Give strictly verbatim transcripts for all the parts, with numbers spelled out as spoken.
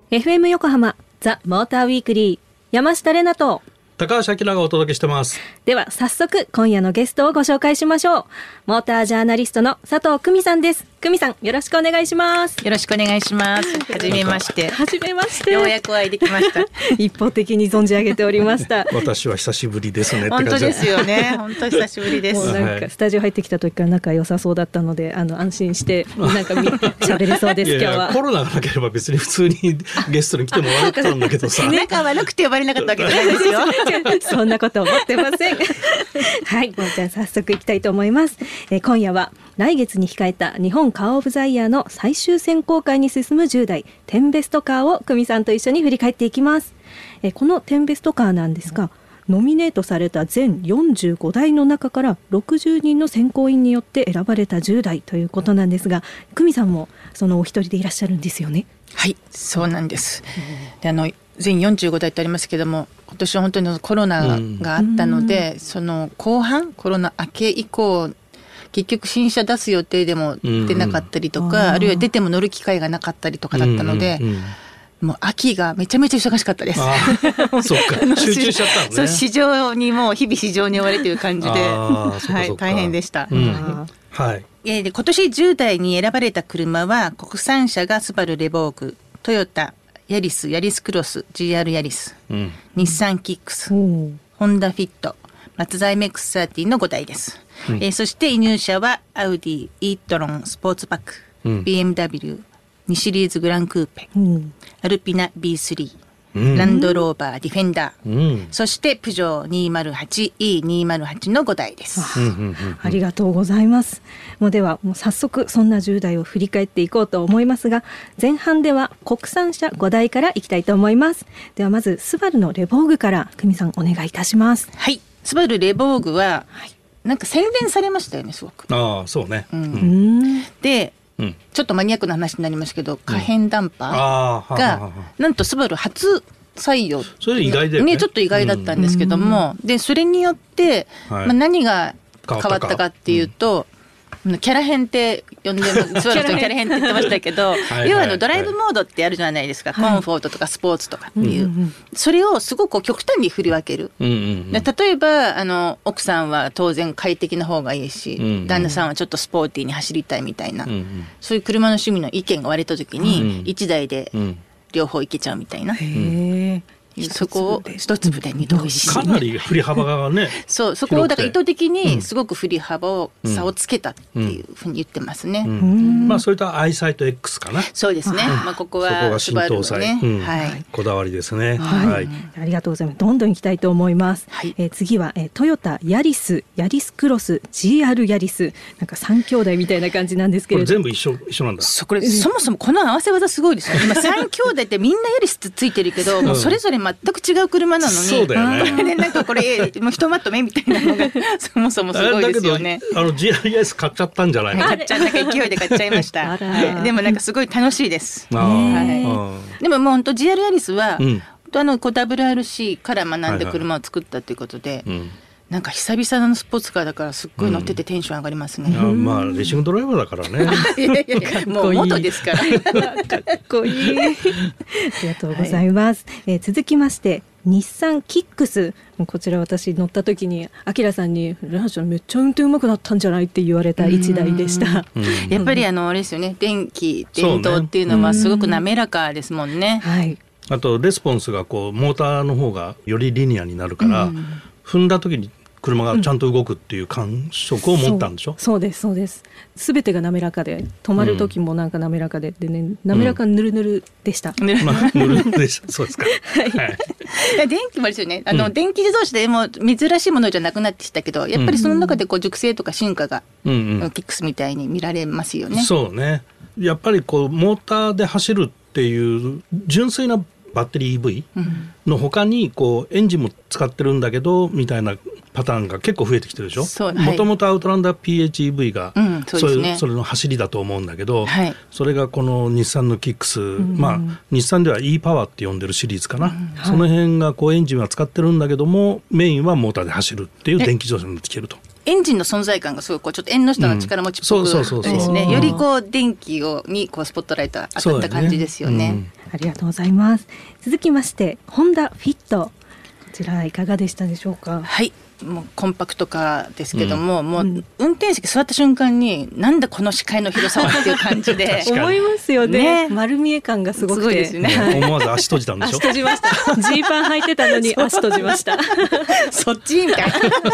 エフエム 横浜ザ・モーターウィークリー、山下れなと高橋明がお届けしてます。 では早速今夜のゲストをご紹介しましょう。モータージャーナリストの佐藤久美さんです。久美さん、よろしくお願いします。 よろしくお願いします。はじめましてはじめまして。 ようやくお会いできました一方的に存じ上げておりました私は久しぶりですねって感じ。本当ですよね。本当久しぶりです。 もうなんかスタジオ入ってきた時から仲良さそうだったので、あの安心してなんか喋れそうです。 いやいや、 今日はコロナがなければ別に普通にゲストに来てもらったんだけどさ仲悪くて呼ばれなかったわけじゃないですよそんなこと思ってませんはい、もうじゃあ早速いきたいと思います。えー、今夜は来月に控えた日本カーオブザイヤーの最終選考会に進むじゅうだいテンベストカーを久美さんと一緒に振り返っていきます。えー、このテンベストカーなんですが、ノミネートされた全よんじゅうごだいの中からろくじゅうにんの選考員によって選ばれたじゅうだいということなんですが、久美さんもそのお一人でいらっしゃるんですよね。 はい、そうなんです。で、あの全よんじゅうごだいとありますけども、今年は本当にコロナがあったので、うん、その後半コロナ明け以降結局新車出す予定でも出なかったりとか、うん、あ, あるいは出ても乗る機会がなかったりとかだったので、うんうんうん、もう秋がめちゃめちゃ忙しかったです。 あそっか集中しちゃったのね。 そう、市場にもう日々市場に追われている感じではい、大変でした、うんはい、 で今年じゅうだいに選ばれた車は国産車がスバルレボーグ、トヨタヤリス、ヤリスクロス、 ジーアール ヤリス、うん、日産キックス、うん、ホンダフィット、マツダ エムエックスサーティー のごだいです、うんえー、そして輸入車はアウディ、イートロン、スポーツパック、うん、ビーエムダブリュー、にシリーズグランクーペ、うん、アルピナ ビースリー、うん、ランドローバーディフェンダー、うん、そしてプジョー にひゃくはちイーにひゃくはち のごだいです。 あ, ありがとうございます。もうではもう早速そんなじゅうだいを振り返っていこうと思いますが、前半では国産車ごだいからいきたいと思います。ではまずスバルのレボーグから久美さんお願いいたします。 はい、スバルレボーグは、はい、なんか洗練されましたよね、すごく。 ああ、そうね、うんうん、でうん、ちょっとマニアックな話になりますけど、可変ダンパーが、うん、なんとスバル初採用、 それ意外だよね。 ね、ちょっと意外だったんですけども、うん、でそれによって、はい、まあ、何が変わったかっていうと、うん、キャラ変って呼んでスバルとキャラ変って言ってましたけどはいはい、はい、要はあのドライブモードってあるじゃないですか、はい、コンフォートとかスポーツとかっていう、うん、それをすごく極端に振り分ける、うんうんうん、で例えばあの奥さんは当然快適な方がいいし、うんうん、旦那さんはちょっとスポーティーに走りたいみたいな、うんうん、そういう車の趣味の意見が割れた時に、うん、いちだいで両方いけちゃうみたいな、うん、そこを一粒で二度おいしい、 かなり振り幅がねそう、そこをだから意図的にすごく振り幅を、うん、差をつけたっていうふうに言ってますね、 うんうん、まあそれとアイサイト X かな。 そうですね、まあ、ここはスバルのね、 うん、はい、こだわりですね、 はいはい、ありがとうございます。どんどんいきたいと思います、はい。えー、次は、えー、トヨタヤリス、ヤリスクロス、 ジーアール ヤリス、なんか三兄弟みたいな感じなんですけれど、 これ全部一緒一緒なんだ。 そこれそもそもこの合わせ技すごいですよ、今三兄弟ってみんなヤリスってついてるけど、もうそれぞれ全く違う車車なのに、 そうだよね、 これでなんかこれもうひとまとめみたいなのがそもそもすごいですよね。 だけどあの ジーアール ヤリス買っちゃったんじゃないの。 買っちゃなんか勢いで買っちゃいましたでもなんかすごい楽しいです。あ、はい、でももう本当 ジーアール ヤリスは、うん、あのこう ダブリューアールシー から学んで車を作ったということで、はいはい、うん、なんか久々のスポーツカーだからすっごい乗っててテンション上がりますね、 うん、まあレーシングドライバーだからねいやいやいやもう元ですからかっこいいありがとうございます、はい。えー、続きまして日産キックス、こちら私乗った時にアキラさんにランションめっちゃ運転うまくなったんじゃないって言われた一台でした。 やっぱりあのあれですよね、電気電動っていうのはすごく滑らかですもんね、はい、 あとレスポンスがこうモーターの方がよりリニアになるから、うん、踏んだ時に車がちゃんと動くっていう感触を持ったんでしょ、うん、 そう、そうですそうです。全てが滑らかで止まる時もなんか滑らかで、でね、滑らかぬるぬるでした、 うん、まあ、ぬるぬるでしたそうですか、はいはい、いや電気もですよね、あの、うん、電気自動車でも珍しいものじゃなくなってきたけど、やっぱりその中でこう熟成とか進化が、うんうん、キックスみたいに見られますよね。 そうね、やっぱりこうモーターで走るっていう純粋なバッテリー イーブイ の他にこうエンジンも使ってるんだけどみたいなパターンが結構増えてきてるでしょ。もともとアウトランダー ピーエイチイーブイ が、うん、そうですね、そういうそれの走りだと思うんだけど、はい、それがこの日産のキックス、うん、まあ日産では E パワーって呼んでるシリーズかな、うん、その辺がこうエンジンは使ってるんだけどもメインはモーターで走るっていう電気自動車になってきてると。 エンジンの存在感がすごいこうちょっと縁の下の力持ちっぽくですね、よりこう電気をにこうスポットライト当たった感じですよね。 ありがとうございます。続きましてホンダフィット、こちらいかがでしたでしょうか。 はい、もうコンパクトカーですけども、うん、もう運転席座った瞬間になんだこの視界の広さはっていう感じで思いますよ ね, ね丸見え感がすごくてすごいですね。 思わず足閉じたんでしょ。 足閉じました。ジーパン履いてたのに足閉じましたそっちみたい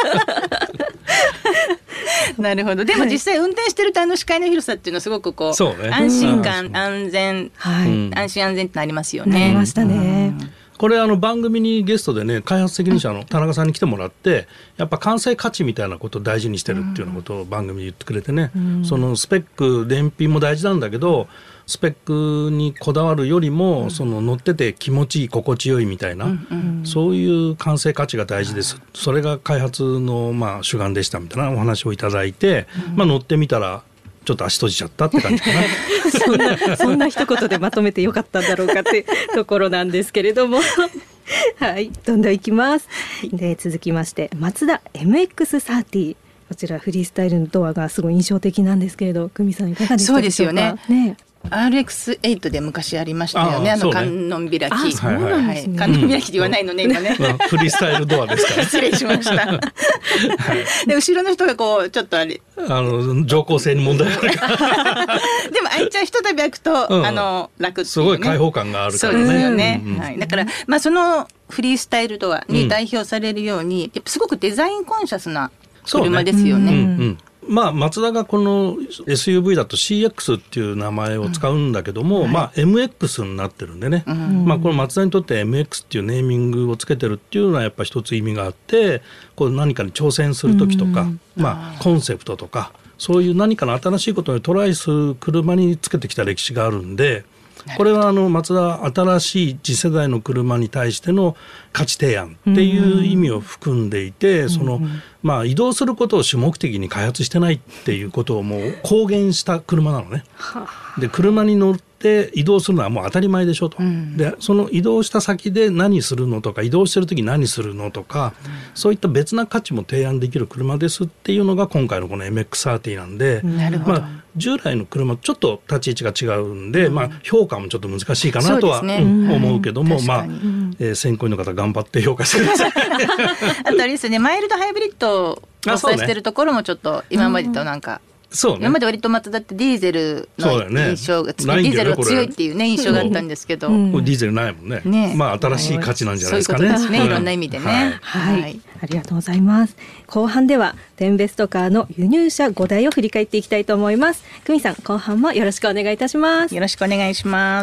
ななるほど。でも実際運転してるとあの視界の広さっていうのはすごくこう、ね、安心感、うん、安全、はい、安心安全ってなりますよね。 なりましたね、 うん。これあの番組にゲストでね開発責任者の田中さんに来てもらってやっぱ完成価値みたいなことを大事にしてるっていうようなことを番組で言ってくれてね、うん、そのスペック燃費も大事なんだけどスペックにこだわるよりも、うん、その乗ってて気持ちいい心地よいみたいな、うんうん、そういう完成価値が大事です、うん、それが開発のまあ主眼でしたみたいなお話をいただいて、うんまあ、乗ってみたらちょっと足閉じちゃったって感じかなそんなそんな一言でまとめてよかったんだろうかってところなんですけれどもはい、どんどんいきます。で続きましてマツダ エムエックスサーティー、 こちらフリースタイルのドアがすごい印象的なんですけれど、久美さんいかがでしたでしょうか。 そうですよね。ねアールエックスエイト で昔ありましたよね、あ, あの観音開き、 あそうなんですね、 観音開きで言わないのね、うん、今ね、 まあ、フリースタイルドアですから、ね、 失礼しました、はい、で後ろの人がこうちょっとあれあの乗降性に問題があるでも開いちゃうひとたび開くと、うん、あの楽っていう、ね、すごい開放感があるからね。 そうですよね、うんうんはい、だから、まあ、そのフリースタイルドアに代表されるように、うん、やっぱすごくデザインコンシャスな車ですよね。 うんうんまあ、マツダがこの エスユーブイ だと シーエックス っていう名前を使うんだけども、うんはいまあ、エムエックス になってるんでね、うんまあ、このマツダにとって エムエックス っていうネーミングをつけてるっていうのはやっぱ一つ意味があって、こう何かに挑戦する時とか、うんまあ、コンセプトとかそういう何かの新しいことにトライする車につけてきた歴史があるんで、これはあのマツダ新しい次世代の車に対しての価値提案っていう意味を含んでいて、そのまあ移動することを主目的に開発してないっていうことをもう公言した車なのね。で車に乗って移動するのはもう当たり前でしょと、うん、でその移動した先で何するのとか移動してる時何するのとか、うん、そういった別な価値も提案できる車ですっていうのが今回のこの エムエックスサーティー なんで、 なるほど、 まあ、従来の車ちょっと立ち位置が違うんで、うんまあ、評価もちょっと難しいかなとは、ねうん、思うけども、うんまあえー、選考員の方頑張って評価してくださいあとあれですね、マイルドハイブリッドを搭載してるところもちょっと今までとなんか、 そうね、 今まで割とマツダってディーゼルの印象が、ね、ディーゼルが強いっていう、ね、印象があったんですけど、うん、 ディーゼルないもんね、ねまあ新しい価値なんじゃないですかね。 そういうことですね、いろんな意味でね、はいはいはい、ありがとうございます。後半ではテンベストカーの輸入車ごだいを振り返っていきたいと思います。久美さん後半もよろしくお願いいたします。 よろしくお願いします。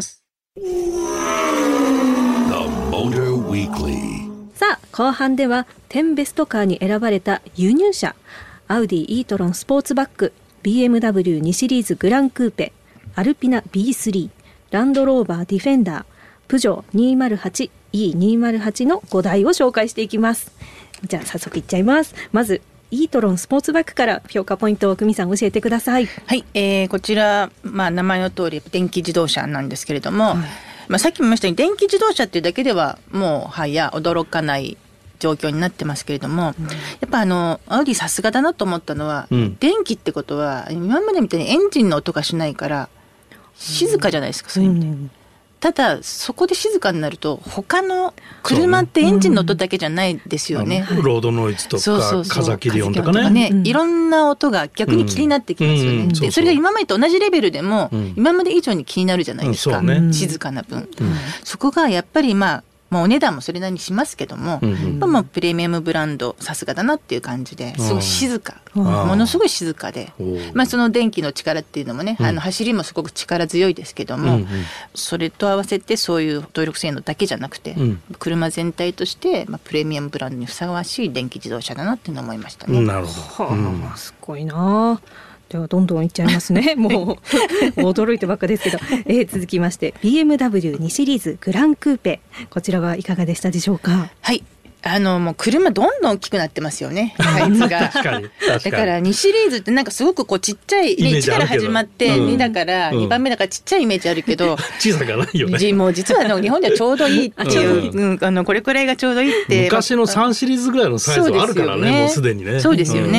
さあ後半ではテンベストカーに選ばれた輸入車、アウディ イートロンスポーツバック、ビーエムダブリュー にシリーズグランクーペ、アルピナ ビースリー、ランドローバーディフェンダー、プジョー にひゃくはちイーにひゃくはち のごだいを紹介していきます。じゃあ早速いっちゃいます。まずイートロンスポーツバックから評価ポイントを久美さん教えてください。 はい、えー、こちら、まあ、名前の通り電気自動車なんですけれども、はいまあ、さっきも言いましたように電気自動車っていうだけではもうはや驚かない状況になってますけれども、うん、やっぱあのアウディさすがだなと思ったのは、うん、電気ってことは今までみたいにエンジンの音がしないから静かじゃないですか、うん、そういう意味で、うん、ただそこで静かになると他の車ってエンジンの音だけじゃないですよね、 うん、ロードノイズとかそうそうそう風切り音とか ね, かね、うん、いろんな音が逆に気になってきますよね、うんうん、でそれが今までと同じレベルでも、うん、今まで以上に気になるじゃないですか、うんね、静かな分、うん、そこがやっぱりまあまあ、お値段もそれなりにしますけども、うんうん、やっぱもうプレミアムブランドさすがだなっていう感じですごい静か、ものすごい静かで、まあ、その電気の力っていうのもね、うん、あの走りもすごく力強いですけども、うんうん、それと合わせてそういう動力性能だけじゃなくて、うん、車全体として、まあ、プレミアムブランドにふさわしい電気自動車だなっていうのを思いましたね、 うん、なるほど、うん、 すごいな。ではどんどんいっちゃいますねもう驚いてばっかですけど、えー、続きまして ビーエムダブリュー にシリーズグランクーペ、こちらはいかがでしたでしょうか。 はい、あのもう車どんどん大きくなってますよね、サイズが確かに確かに。 だからにシリーズってなんかすごくこうちっちゃい、ね、いちから始まってにだから、うん、にばんめだからちっちゃいイメージあるけど、 小さくないよね。 もう実はの日本ではちょうどいいっていう、うんうん、あのこれくらいがちょうどいいって昔のさんシリーズぐらいのサイズはあるから ね, ねもうすでにね。 そうですよね、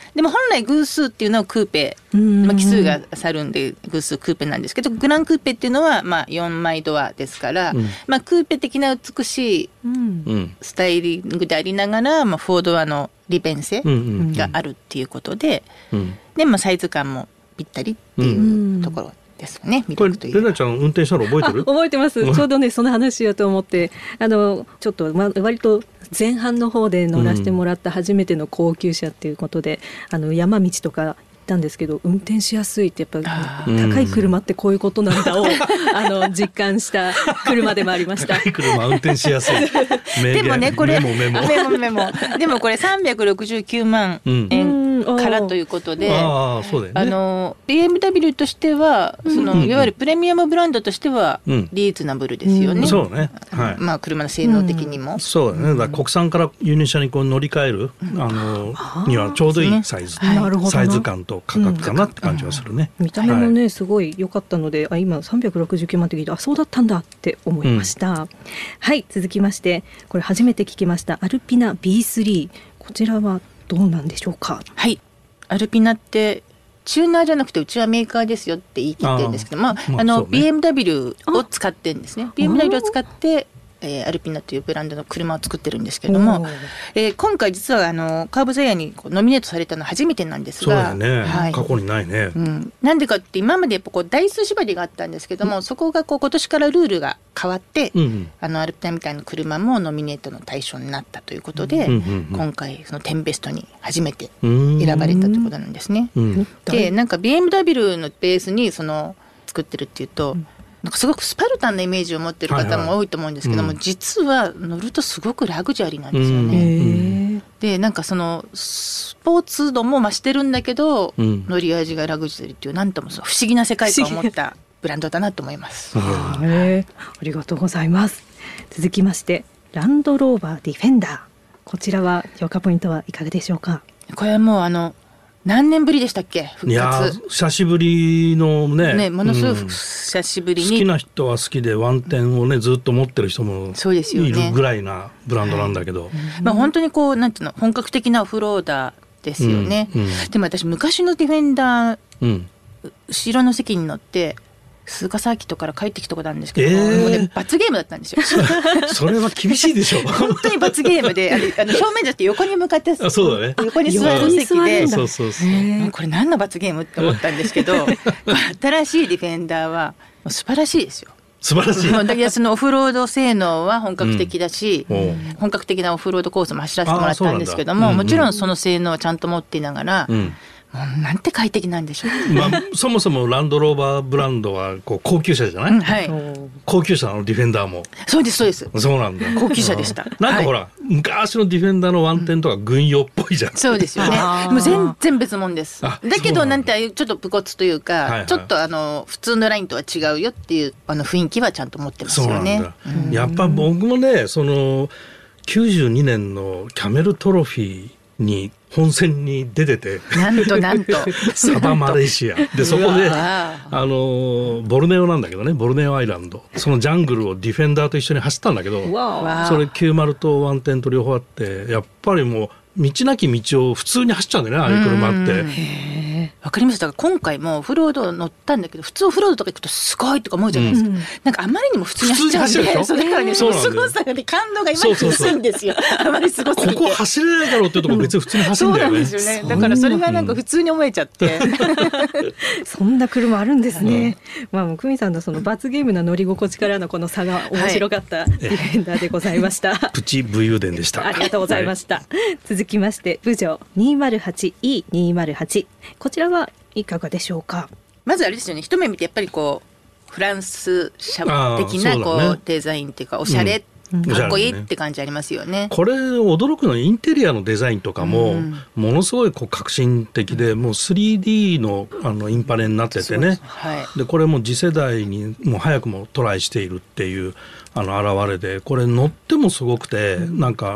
でも本来偶数っていうのはクーペ、まあ、奇数がサルンで偶数クーペなんですけど、グランクーペっていうのはまあよんまいドアですから、うん、まあ、クーペ的な美しいスタイリングでありながら、まあ、フォードアの利便性があるっていうことで、うんうんうん、で、まあ、サイズ感もぴったりっていうところですよね。 これレナちゃん運転したの覚えてる？ 覚えてます。ちょうどねその話しようと思って、あのちょっと、ま、割と前半の方で乗らせてもらった初めての高級車っていうことで、うん、あの山道とかたんですけど、運転しやすいってやっぱ高い車ってこういうことなんだをあの実感した車でもありました。 高い車運転しやすいでもねこれメモメモメモメモでもこれさんびゃくろくじゅうきゅうまんえんからということで、 あそうだよね、 あの ビーエムダブリュー としてはその、うん、いわゆるプレミアムブランドとしてはリーズナブルですよね、うん、 そうね、はい、 まあ、車の性能的にも、 うん、そうだね。だから国産から輸入車にこう乗り換える、うん、あのにはちょうどいいサイズ、はい、サイズ感と価格かなって感じがするね、 うん、見た目もね、はい、すごい良かったので、あ今さんびゃくろくじゅうきゅうまんって聞いて、あそうだったんだって思いました、うん、はい。続きましてこれ初めて聞きましたアルピナ ビースリー、 こちらはどうなんでしょうか？ はい、アルピナってチューナーじゃなくてうちはメーカーですよって言い切ってるんですけど、まあ、まあ、あの、ね、ビーエムダブリュー を使ってるんですね。 ビーエムダブリュー を使ってえー、アルピナというブランドの車を作ってるんですけれども、えー、今回実はあのカーブザイヤーにこうノミネートされたのは初めてなんですが、 そうだね、はい、過去にないね、 うん、なんでかって今までやっぱこう台数縛りがあったんですけども、うん、そこがこう今年からルールが変わって、うんうん、あのアルピナみたいな車もノミネートの対象になったということで、うんうんうん、今回そのテンベストに初めて選ばれたということなんですね、うん、でなんか ビーエムダブリュー のベースにその作ってるっていうと、うん、なんかすごくスパルタンなイメージを持っている方も多いと思うんですけども、はいはい、実は乗るとすごくラグジュアリーなんですよね、うん、でなんかそのスポーツ度も増してるんだけど、うん、乗り味がラグジュアリーっていうなんともそう不思議な世界観を持ったブランドだなと思います、うん、 ありがとうございます。続きましてランドローバーディフェンダー、こちらは評価ポイントはいかがでしょうか？ これはもうあの何年ぶりでしたっけ復活。 いや久しぶりの ね, ねものすごく久しぶりに、 うん、好きな人は好きでワンテンをねずっと持ってる人もいるぐらいなブランドなんだけど、 はい、まあ、本当にこうなんていうの本格的なオフローダーですよね、うんうん、でも私昔のディフェンダー、うん、後ろの席に乗って鈴鹿サーキットから帰ってきたことあるんですけど、えー、もうね罰ゲームだったんですよそれは厳しいでしょ本当に罰ゲームで、あのあの正面じゃなくて横に向かってあそうだ、ね、 横に座る席でそうそうそう、 もうこれ何の罰ゲームって思ったんですけど新しいディフェンダーはもう素晴らしいですよ。 素晴らしい。 だけどそのオフロード性能は本格的だし、うん、本格的なオフロードコースも走らせてもらったんですけども、うんうん、もちろんその性能をちゃんと持っていながら、うん、もうなんて快適なんでしょう、 まあ、そもそもランドローバーブランドはこう高級車じゃない、うんはい、高級車のディフェンダーもそうですそうですそうなんだ高級車でした。 なんかほら、はい、昔のディフェンダーのワンテンとか軍用っぽいじゃん、 うん、そうですよねもう全然別物です。だけどなんてちょっと武骨というか、はいはい、ちょっとあの普通のラインとは違うよっていうあの雰囲気はちゃんと持ってますよね。 そうなんだ、うん、やっぱ僕もねそのきゅうじゅうにねんのキャメルトロフィーに本戦に出ててなんとなんとサバマレーシアでそこであのボルネオなんだけどねボルネオアイランドそのジャングルをディフェンダーと一緒に走ったんだけどそれきゅうじゅうとワンテンと両方あってやっぱりもう道なき道を普通に走っちゃうんだよねああいう車って。 へわかりました。だから今回もオフロード乗ったんだけど普通オフロードとか行くとすごいとか思うじゃないですか、うん、なんかあまりにも普通に走っちゃうんでそれからねそのすごさがね感動が今に薄いんですよ。あまりすごすぎてここ走れないだろうっていうところ別に普通に走るんだよね、うん、そうなんですよね。だからそれがなんか普通に思えちゃって、うん、 そんな車あるんですね、うん、まあ久美さんのその罰ゲームな乗り心地からのこの差が面白かったディフェンダーでございました、 はい、プチ武勇伝でした。 ありがとうございました、はい、続きましてプジョー にーまるはちイーにーまるはち こちらはいかがでしょうか。 まずあれですよね一目見てやっぱりこうフランス車的なこう、ね、デザインっていうかおしゃれ、うん、かっこいいって感じありますよね、うん、 これ驚くのはインテリアのデザインとかも、うん、ものすごいこう革新的で、うん、もう スリーディー の, あのインパネになっててね、はい、でこれも次世代にもう早くもトライしているっていうあの現れでこれ乗ってもすごくて、うん、なんか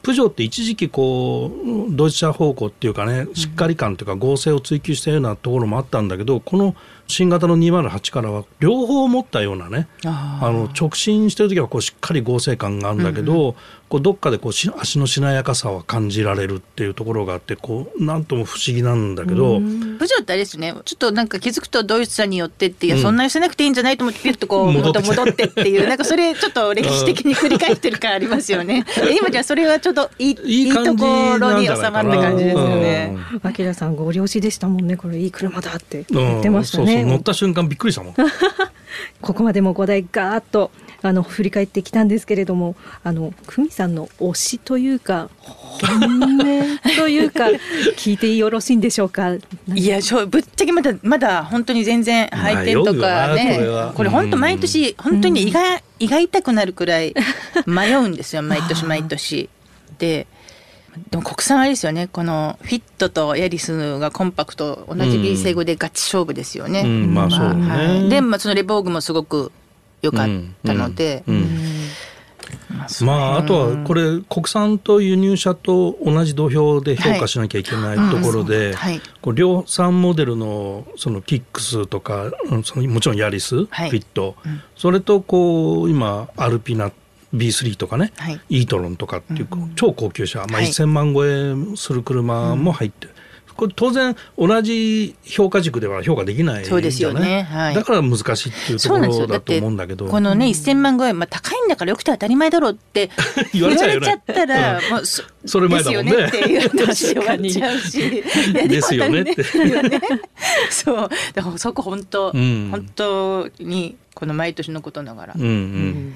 プジョーって一時期こうドイツ車方向っていうかね、しっかり感というか合成を追求したようなところもあったんだけど、この新型のにまるはちからは両方持ったようなね、ああの直進してる時はこうしっかり合成感があるんだけど、うん、こうどっかでこう足のしなやかさは感じられるっていうところがあって、こうなんとも不思議なんだけど、 プジョーってあれですね、ちょっとなんか気づくとドイツ車によってっていう、うん、そんなにしなくていいんじゃないと思ってピュッとこう戻って戻ってっていうなんかそれちょっと歴史的に繰り返してる感ありますよね今じゃそれはちょっといい、いいところに収まった感じですよね。 あきらさんご了承でしたもんね、これいい車だって言ってましたね、うん、そうそう、 乗った瞬間びっくりしたもんここまでもごだいガーッとあの振り返ってきたんですけれども、あの久美さんの推しというか本音というか聞いてよろしいんでしょうか。 いやぶっちゃけまだまだ本当に全然配点とかね、まあ、これ本当毎年本当に胃が、うん、胃が痛くなるくらい迷うんですよ毎年毎年で。でも国産あれですよね、このフィットとヤリスがコンパクト同じ ビー セグでガチ勝負ですよね、 うんうんまあそうね、はい、 で、まあ、そのレボーグもすごく良かったので、うんうんうんまあ、まあ、あとはこれ国産と輸入車と同じ土俵で評価しなきゃいけないところで、はいうんこう量産モデルのそのキックスとかそのもちろんヤリス、はい、フィット、うん、それとこう今アルピナビースリー とかね、はい、イートロンとかっていう超高級車、まあ、いっせんまん超えする車も入ってる、はい、これ当然同じ評価軸では評価できないんじゃない。 そうですよね、はい、 だから難しいっていうところだと思うんだけど、 このねいっせんまん超え、まあ、高いんだからよくて当たり前だろうって言われちゃったら、うん、もう そ, それ前だもんねですよねっていう話で終わっちゃうしいやですよねって、 ね、そうだからそこ本当、うん、本当にこの毎年のことながら、うんうん、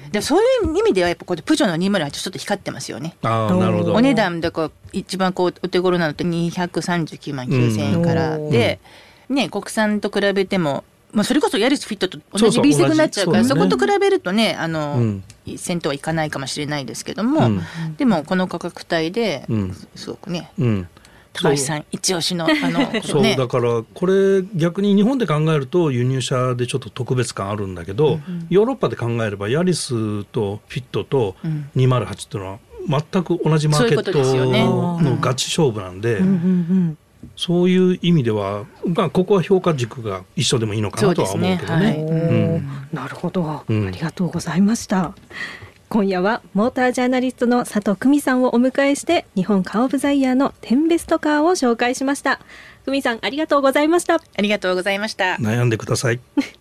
でもそういう意味ではやっぱこうプジョーのにまるはちちょっと光ってますよね。 あなるほど。 お値段だから一番こうお手頃なのってにひゃくさんじゅうきゅうまんきゅうせんえんからで、うんね、国産と比べても、まあ、それこそヤリスフィットと同じ ビー セグになっちゃうから、 そ, うそう そ, う、ね、そこと比べるとねあの、うん、先頭はいかないかもしれないですけども、うん、でもこの価格帯で、うん、すごくね、うん高橋さん一押しのあの、ね、 そうだからこれ逆に日本で考えると輸入車でちょっと特別感あるんだけど、うんうん、ヨーロッパで考えればヤリスとフィットとにまるはちっていうのは全く同じマーケットのガチ勝負なんで、そういう意味では、まあ、ここは評価軸が一緒でもいいのかなとは思うけどね。はいうん、 なるほど、うん、ありがとうございました。今夜はモータージャーナリストの佐藤久美さんをお迎えして日本カーオブザイヤーのテンベストカーを紹介しました。久美さんありがとうございました。 ありがとうございました。 悩んでください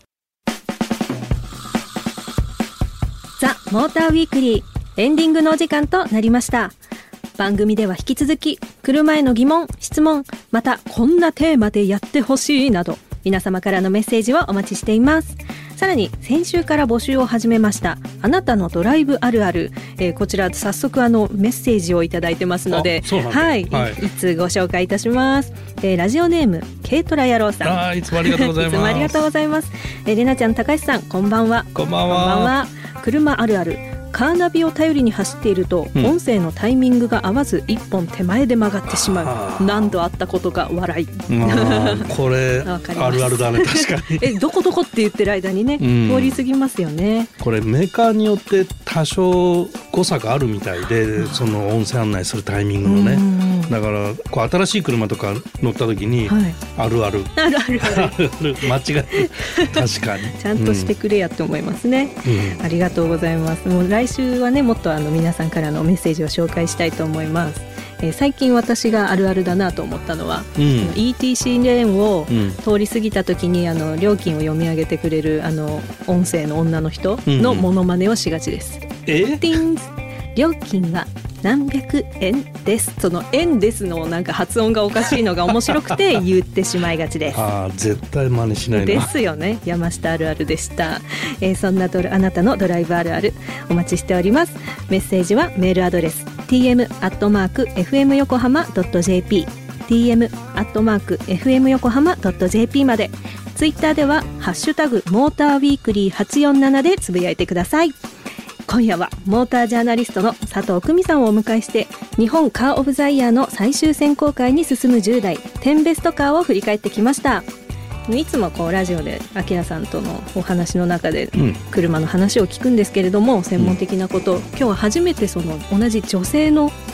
ザ・モーターウィークリーエンディングのお時間となりました。番組では引き続き車への疑問質問またこんなテーマでやってほしいなど皆様からのメッセージをお待ちしています。さらに先週から募集を始めましたあなたのドライブあるある、えー、こちら早速あのメッセージをいただいてますので、はい、はい、い, いつご紹介いたします。えー、ラジオネーム軽トラ野郎さん、 あいつもありがとうございますいつもありがとうございます。えー、れなちゃん高橋さんこんばんは。 こんばんは。 こんばんは。車あるあるカーナビを頼りに走っていると、うん、音声のタイミングが合わず一本手前で曲がってしまう。何度あったことか笑いこれあるあるだね確かにえどこどこって言ってる間にね、うん、通り過ぎますよね。 これメーカーによって多少誤差があるみたいでその音声案内するタイミングのね、だからこう新しい車とか乗った時に、はい、あるあるあるあるある間違え確かにちゃんとしてくれやって思いますね、うん、ありがとうございます。もう来週はねもっとあの皆さんからのメッセージを紹介したいと思います。えー、最近私があるあるだなと思ったのは、うん、イーティーシー レーンを通り過ぎた時にあの料金を読み上げてくれるあの音声の女の人のモノマネをしがちです、うんうん、えティーンズ料金は何百円です。その円ですのなんか発音がおかしいのが面白くて言ってしまいがちですあ絶対真似しないなですよね。山下あるあるでした。えー、そんなドラあなたのドライブあるあるお待ちしております。メッセージはメールアドレス ティーエム アットマーク エフエム 横浜 ドット ジェーピー ティーエム アットマーク エフエム 横浜 ドット ジェーピー まで。ツイッターではハッシュタグモーターウィークリーはちよんななでつぶやいてください。今夜はモータージャーナリストの佐藤久美さんをお迎えして日本カーオブザイヤーの最終選考会に進むじゅうだいテンベストカーを振り返ってきました。いつもこうラジオでアキラさんとのお話の中で車の話を聞くんですけれども、うん、専門的なこと、今日は初めてその同じ女性の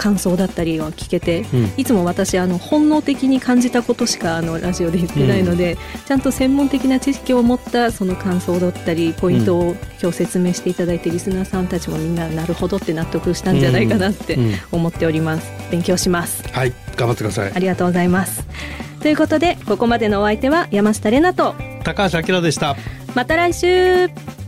感想だったりは聞けて、 うん、いつも私あの本能的に感じたことしかあのラジオで言ってないので、うん、ちゃんと専門的な知識を持ったその感想だったりポイントを今日説明していただいて、リスナーさんたちもみんななるほどって納得したんじゃないかなって思っております。勉強します。 はい、頑張ってください。 ありがとうございます。ということでここまでのお相手は山下玲奈と高橋明でした。 また来週。